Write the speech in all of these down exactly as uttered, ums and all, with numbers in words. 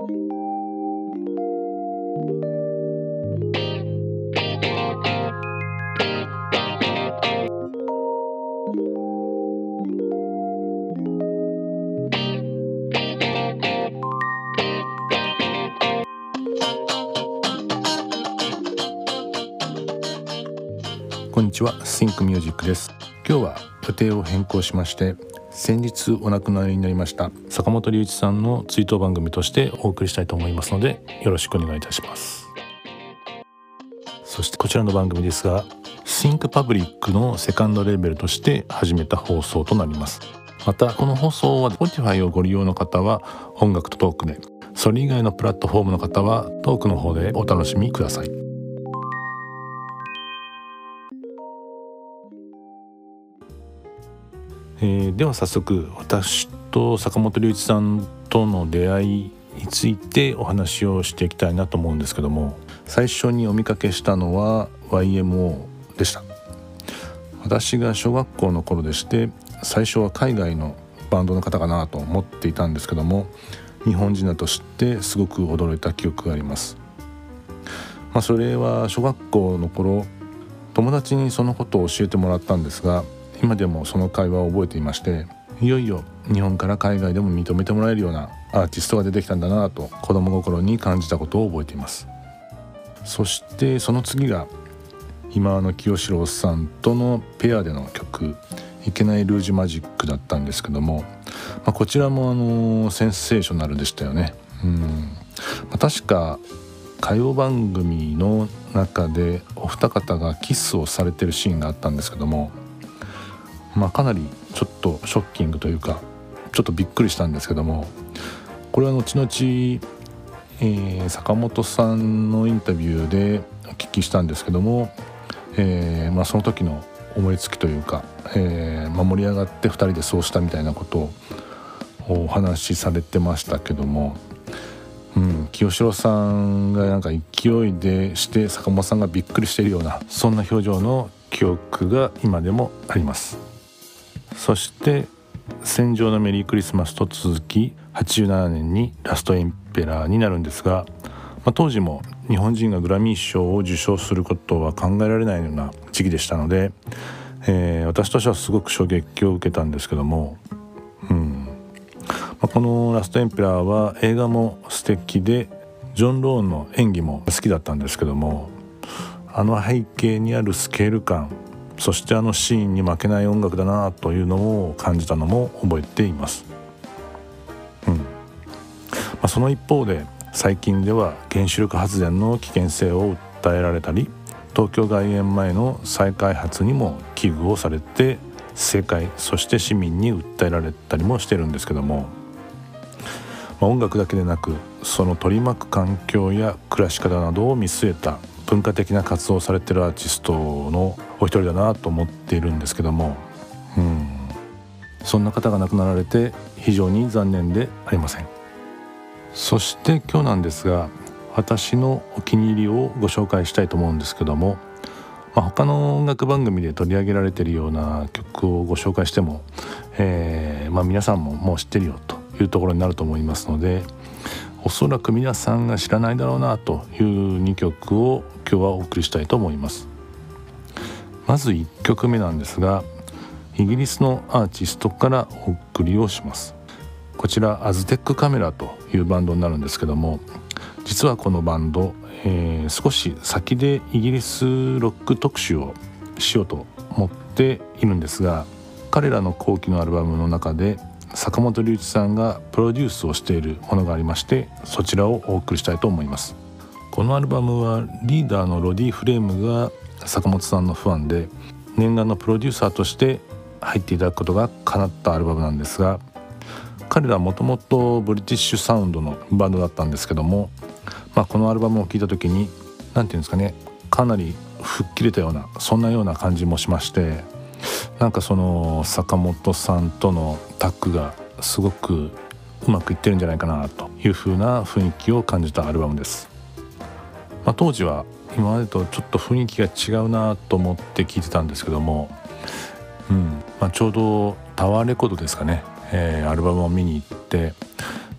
こんにちは、Think Music です。今日は予定を変更しまして、先日お亡くなりになりました坂本龍一さんの追悼番組としてお送りしたいと思いますので、よろしくお願いいたします。そしてこちらの番組ですが、Think Public のセカンドレーベルとして始めた放送となります。またこの放送は Spotify をご利用の方は音楽とトークで、それ以外のプラットフォームの方はトークの方でお楽しみください。えー、では早速、私と坂本龍一さんとの出会いについてお話をしていきたいなと思うんですけども、最初にお見かけしたのは ワイエムオー でした。私が小学校の頃でして、最初は海外のバンドの方かなと思っていたんですけども、日本人だと知ってすごく驚いた記憶があります。まあ、それは小学校の頃、友達にそのことを教えてもらったんですが、今でもその会話を覚えていまして、いよいよ日本から海外でも認めてもらえるようなアーティストが出てきたんだなと子供心に感じたことを覚えています。そしてその次が今の清志郎さんとのペアでの曲「いけないルージュマジック」だったんですけども、まあ、こちらもあのセンセーショナルでしたよね。うん、まあ、確か歌謡番組の中でお二方がキスをされてるシーンがあったんですけども、まあ、かなりちょっとショッキングというか、ちょっとびっくりしたんですけども、これは後々、えー、坂本さんのインタビューでお聞きしたんですけども、えーまあ、その時の思いつきというか、えーまあ、盛り上がってふたりでそうしたみたいなことをお話しされてましたけども、うん、清志郎さんがなんか勢いでして坂本さんがびっくりしているような、そんな表情の記憶が今でもあります。そして戦場のメリークリスマスと続き、はちじゅうななねんにラストエンペラーになるんですが、まあ、当時も日本人がグラミー賞を受賞することは考えられないような時期でしたので、えー、私としてはすごく衝撃を受けたんですけども、うんまあ、このラストエンペラーは映画も素敵で、ジョン・ローンの演技も好きだったんですけども、あの背景にあるスケール感、そしてあのシーンに負けない音楽だなというのを感じたのも覚えています。うんまあ、その一方で最近では原子力発電の危険性を訴えられたり、東京外苑前の再開発にも危惧をされて政界、そして市民に訴えられたりもしてるんですけども、まあ、音楽だけでなくその取り巻く環境や暮らし方などを見据えた文化的な活動をされているアーティストのお一人だなと思っているんですけども、うん、そんな方が亡くなられて非常に残念でありません。そして今日なんですが、私のお気に入りをご紹介したいと思うんですけども、まあ、他の音楽番組で取り上げられているような曲をご紹介しても、えーまあ、皆さんももう知ってるよというところになると思いますので、おそらく皆さんが知らないだろうなというにきょくを今日はお送りしたいと思います。まずいっきょくめなんですが、イギリスのアーティストからお送りをします。こちらアズテックカメラというバンドになるんですけども、実はこのバンド、えー、少し先でイギリスロック特集をしようと思っているんですが、彼らの後期のアルバムの中で坂本龍一さんがプロデュースをしているものがありまして、そちらをお送りしたいと思います。このアルバムはリーダーのロディ・フレームが坂本さんのファンで、念願のプロデューサーとして入っていただくことが叶ったアルバムなんですが、彼らはもともとブリティッシュサウンドのバンドだったんですけども、まあ、このアルバムを聴いた時に何ていうんですかね、かなり吹っ切れたような、そんなような感じもしまして、なんかその坂本さんとのタッグがすごくうまくいってるんじゃないかなという風な雰囲気を感じたアルバムです。まあ、当時は今までとちょっと雰囲気が違うなと思って聴いてたんですけども、うんまあ、ちょうどタワーレコードですかね、えー、アルバムを見に行って、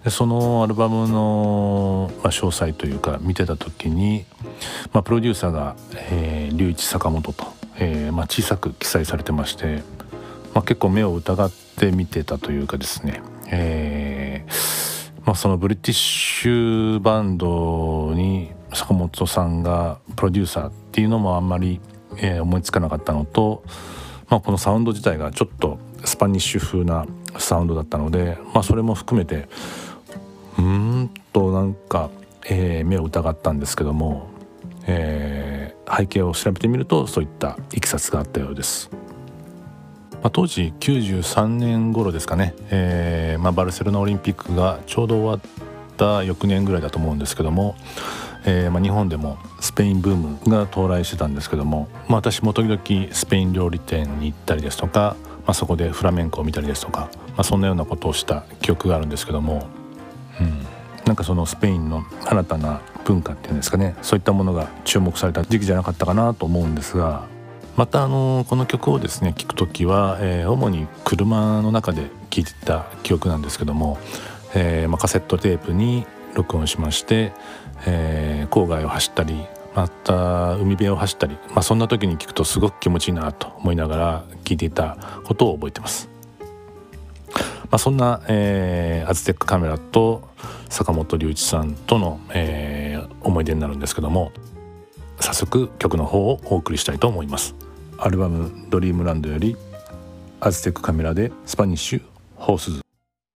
でそのアルバムの、まあ、詳細というか見てた時に、まあ、プロデューサーが、えー、龍一坂本と、えーまあ、小さく記載されてまして、まあ、結構目を疑って見てたというかですね、えーまあ、そのブリティッシュバンドに坂本さんがプロデューサーっていうのもあんまり、えー、思いつかなかったのと、まあ、このサウンド自体がちょっとスパニッシュ風なサウンドだったので、まあ、それも含めてうーんとなんか、えー、目を疑ったんですけども、えー、背景を調べてみるとそういったいきさつがあったようです。まあ、当時きゅうじゅうさんねん頃ですかね、えーまあ、バルセロナオリンピックがちょうど終わった翌年ぐらいだと思うんですけども、えーまあ、日本でもスペインブームが到来してたんですけども、まあ、私も時々スペイン料理店に行ったりですとか、まあ、そこでフラメンコを見たりですとか、まあ、そんなようなことをした記憶があるんですけども、うん、なんかそのスペインの新たな文化っていうんですかね、そういったものが注目された時期じゃなかったかなと思うんですが、またあのこの曲をですね聴くときは、えー、主に車の中で聴いてた記憶なんですけども、えーまあ、カセットテープに録音しまして、えー、郊外を走ったりまた海辺を走ったり、まあ、そんな時に聴くとすごく気持ちいいなと思いながら聴いていたことを覚えてます。まあ、そんな、えー、アズテックカメラと坂本龍一さんとの、えー、思い出になるんですけども、早速曲の方をお送りしたいと思います。アルバムドリームランドよりアズテックカメラでスパニッシュホースズ。い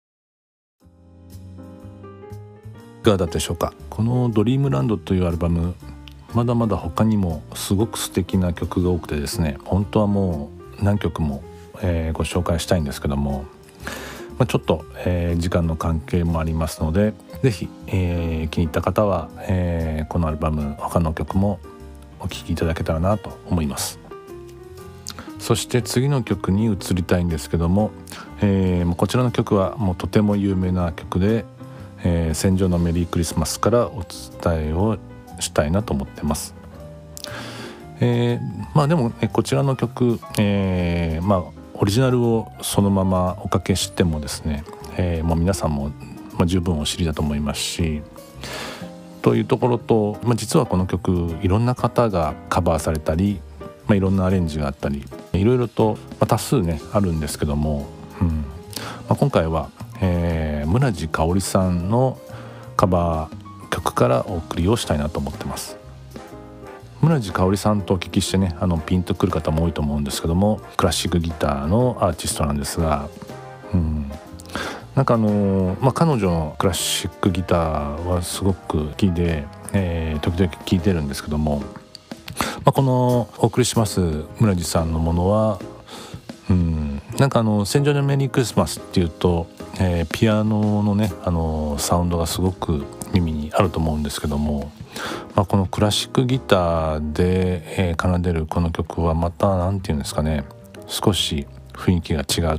かがだったでしょうか。このドリームランドというアルバム、まだまだ他にもすごく素敵な曲が多くてですね、本当はもう何曲も、えー、ご紹介したいんですけども、まあ、ちょっと、えー、時間の関係もありますので、ぜひ、えー、気に入った方は、えー、このアルバム他の曲もお聴きいただけたらなと思います。そして次の曲に移りたいんですけども、えー、こちらの曲はもうとても有名な曲で、えー、戦場のメリークリスマスからお伝えをしたいなと思ってます。えー、まあでも、ね、こちらの曲、えー、まあオリジナルをそのままおかけしてもですね、えー、もう皆さんも、まあ、十分お知りだと思いますし、というところと、まあ、実はこの曲いろんな方がカバーされたり、まあ、いろんなアレンジがあったりいろいろと、まあ、多数ねあるんですけども、うんまあ、今回は、えー、村地香織さんのカバー曲からお送りをしたいなと思ってます。村地香織さんとお聞きしてね、あのピンとくる方も多いと思うんですけども、クラシックギターのアーティストなんですが、うん、なんかあの、まあ、彼女のクラシックギターはすごく好きで、えー、時々聴いてるんですけども、まあ、このお送りします村地さんのものは、うん、なんかあの戦場のメリークリスマスっていうと、えー、ピアノのねあのサウンドがすごく耳にあると思うんですけども、まあ、このクラシックギターで、えー、奏でるこの曲はまたなんていうんですかね、少し雰囲気が違って、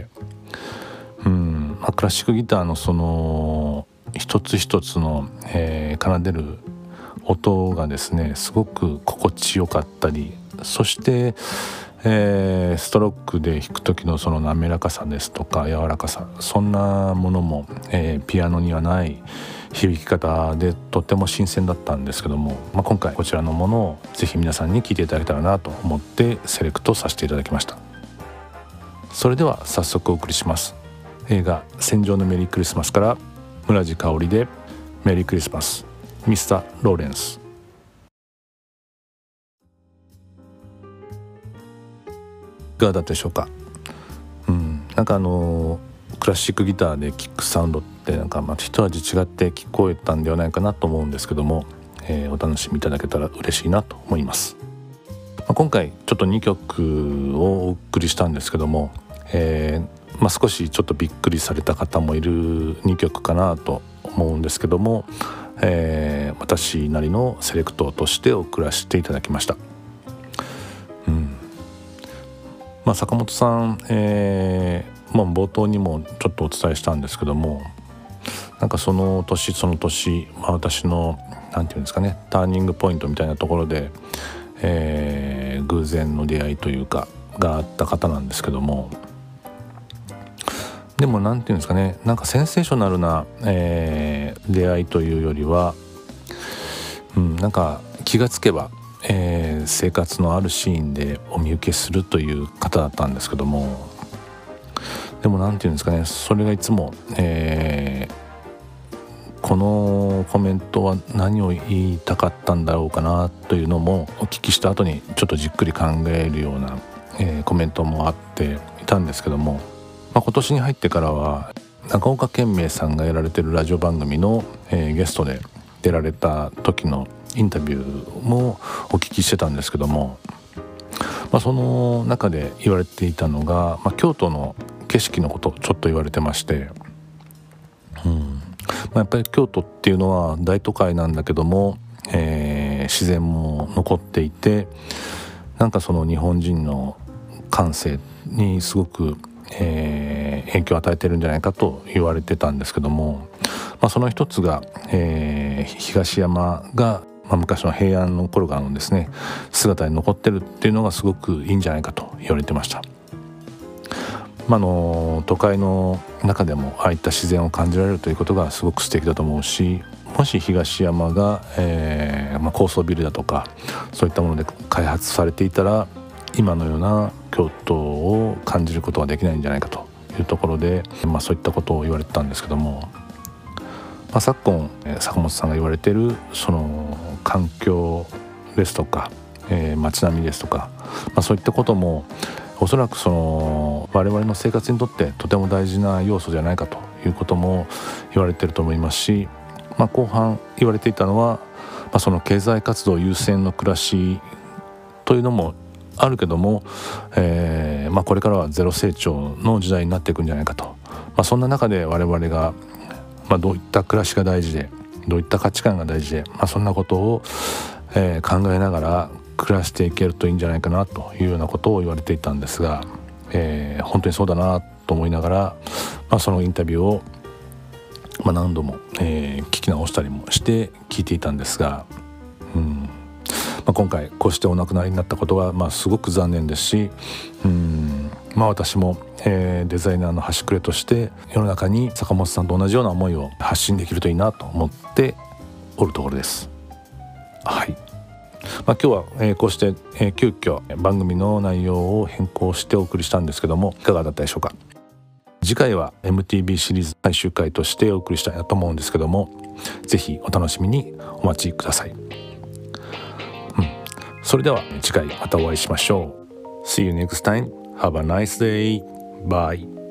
うんまあ、クラシックギターのその一つ一つの、えー、奏でる音がですねすごく心地よかったり、そして、えー、ストロークで弾く時のその滑らかさですとか柔らかさ、そんなものも、えー、ピアノにはない響き方でとっても新鮮だったんですけども、まあ、今回こちらのものをぜひ皆さんに聴いていただけたらなと思ってセレクトさせていただきました。それでは早速お送りします。映画戦場のメリークリスマスから村地香織でメリークリスマス、ミスターローレンス。いかがだったでしょうか。うん、なんかあのクラシックギターでキックサウンドってなんかまた一味違って聞こえたんではないかなと思うんですけども、えー、お楽しみいただけたら嬉しいなと思います。まあ、今回ちょっとにきょくをお送りしたんですけども、えーまあ、少しちょっとびっくりされた方もいるにきょくかなと思うんですけども、えー、私なりのセレクトとして送らせていただきました。うんまあ、坂本さん、えーまあ、冒頭にもちょっとお伝えしたんですけども、なんかその年その年、まあ、私のなんていうんですかね、ターニングポイントみたいなところで、えー、偶然の出会いというかがあった方なんですけども、 でもなんていうんですかね、なんかセンセーショナルな、えー、出会いというよりは、うん、なんか気がつけば、えー、生活のあるシーンでお見受けするという方だったんですけども、でもなんていうんですかね、それがいつも、えーこのコメントは何を言いたかったんだろうかなというのもお聞きした後にちょっとじっくり考えるような、えー、コメントもあっていたんですけども、まあ、今年に入ってからは中岡健明さんがやられてるラジオ番組の、えー、ゲストで出られた時のインタビューもお聞きしてたんですけども、まあ、その中で言われていたのが、まあ、京都の景色のことをちょっと言われてまして、うんまあ、やっぱり京都っていうのは大都会なんだけども、えー、自然も残っていて、なんかその日本人の感性にすごく、えー、影響を与えてるんじゃないかと言われてたんですけども、まあ、その一つが、えー、東山が、まあ、昔の平安の頃からのですね姿に残ってるっていうのがすごくいいんじゃないかと言われてました。まあ、の都会の中でもああいった自然を感じられるということがすごく素敵だと思うし、もし東山が、えーまあ、高層ビルだとかそういったもので開発されていたら今のような京都を感じることができないんじゃないかというところで、まあ、そういったことを言われてたんですけども、まあ、昨今坂本さんが言われているその環境ですとか、えー、街並みですとか、まあ、そういったこともおそらくその我々の生活にとってとても大事な要素じゃないかということも言われていると思いますし、まあ、後半言われていたのは、まあ、その経済活動優先の暮らしというのもあるけども、えーまあ、これからはゼロ成長の時代になっていくんじゃないかと、まあ、そんな中で我々が、まあ、どういった暮らしが大事でどういった価値観が大事で、まあ、そんなことを、えー、考えながら暮らしていけるといいんじゃないかなというようなことを言われていたんですが、えー、本当にそうだなと思いながら、まあ、そのインタビューを、まあ、何度も、えー、聞き直したりもして聞いていたんですが、うんまあ、今回こうしてお亡くなりになったことが、まあ、すごく残念ですし、うんまあ、私も、えー、デザイナーの端くれとして世の中に坂本さんと同じような思いを発信できるといいなと思っておるところです。はい、まあ、今日は、えー、こうして、えー、急遽番組の内容を変更してお送りしたんですけども、いかがだったでしょうか。次回は エムティービー シリーズ最終回としてお送りしたいなと思うんですけども、ぜひお楽しみにお待ちください。うん、それでは次回またお会いしましょう。See you next time. Have a nice day. Bye.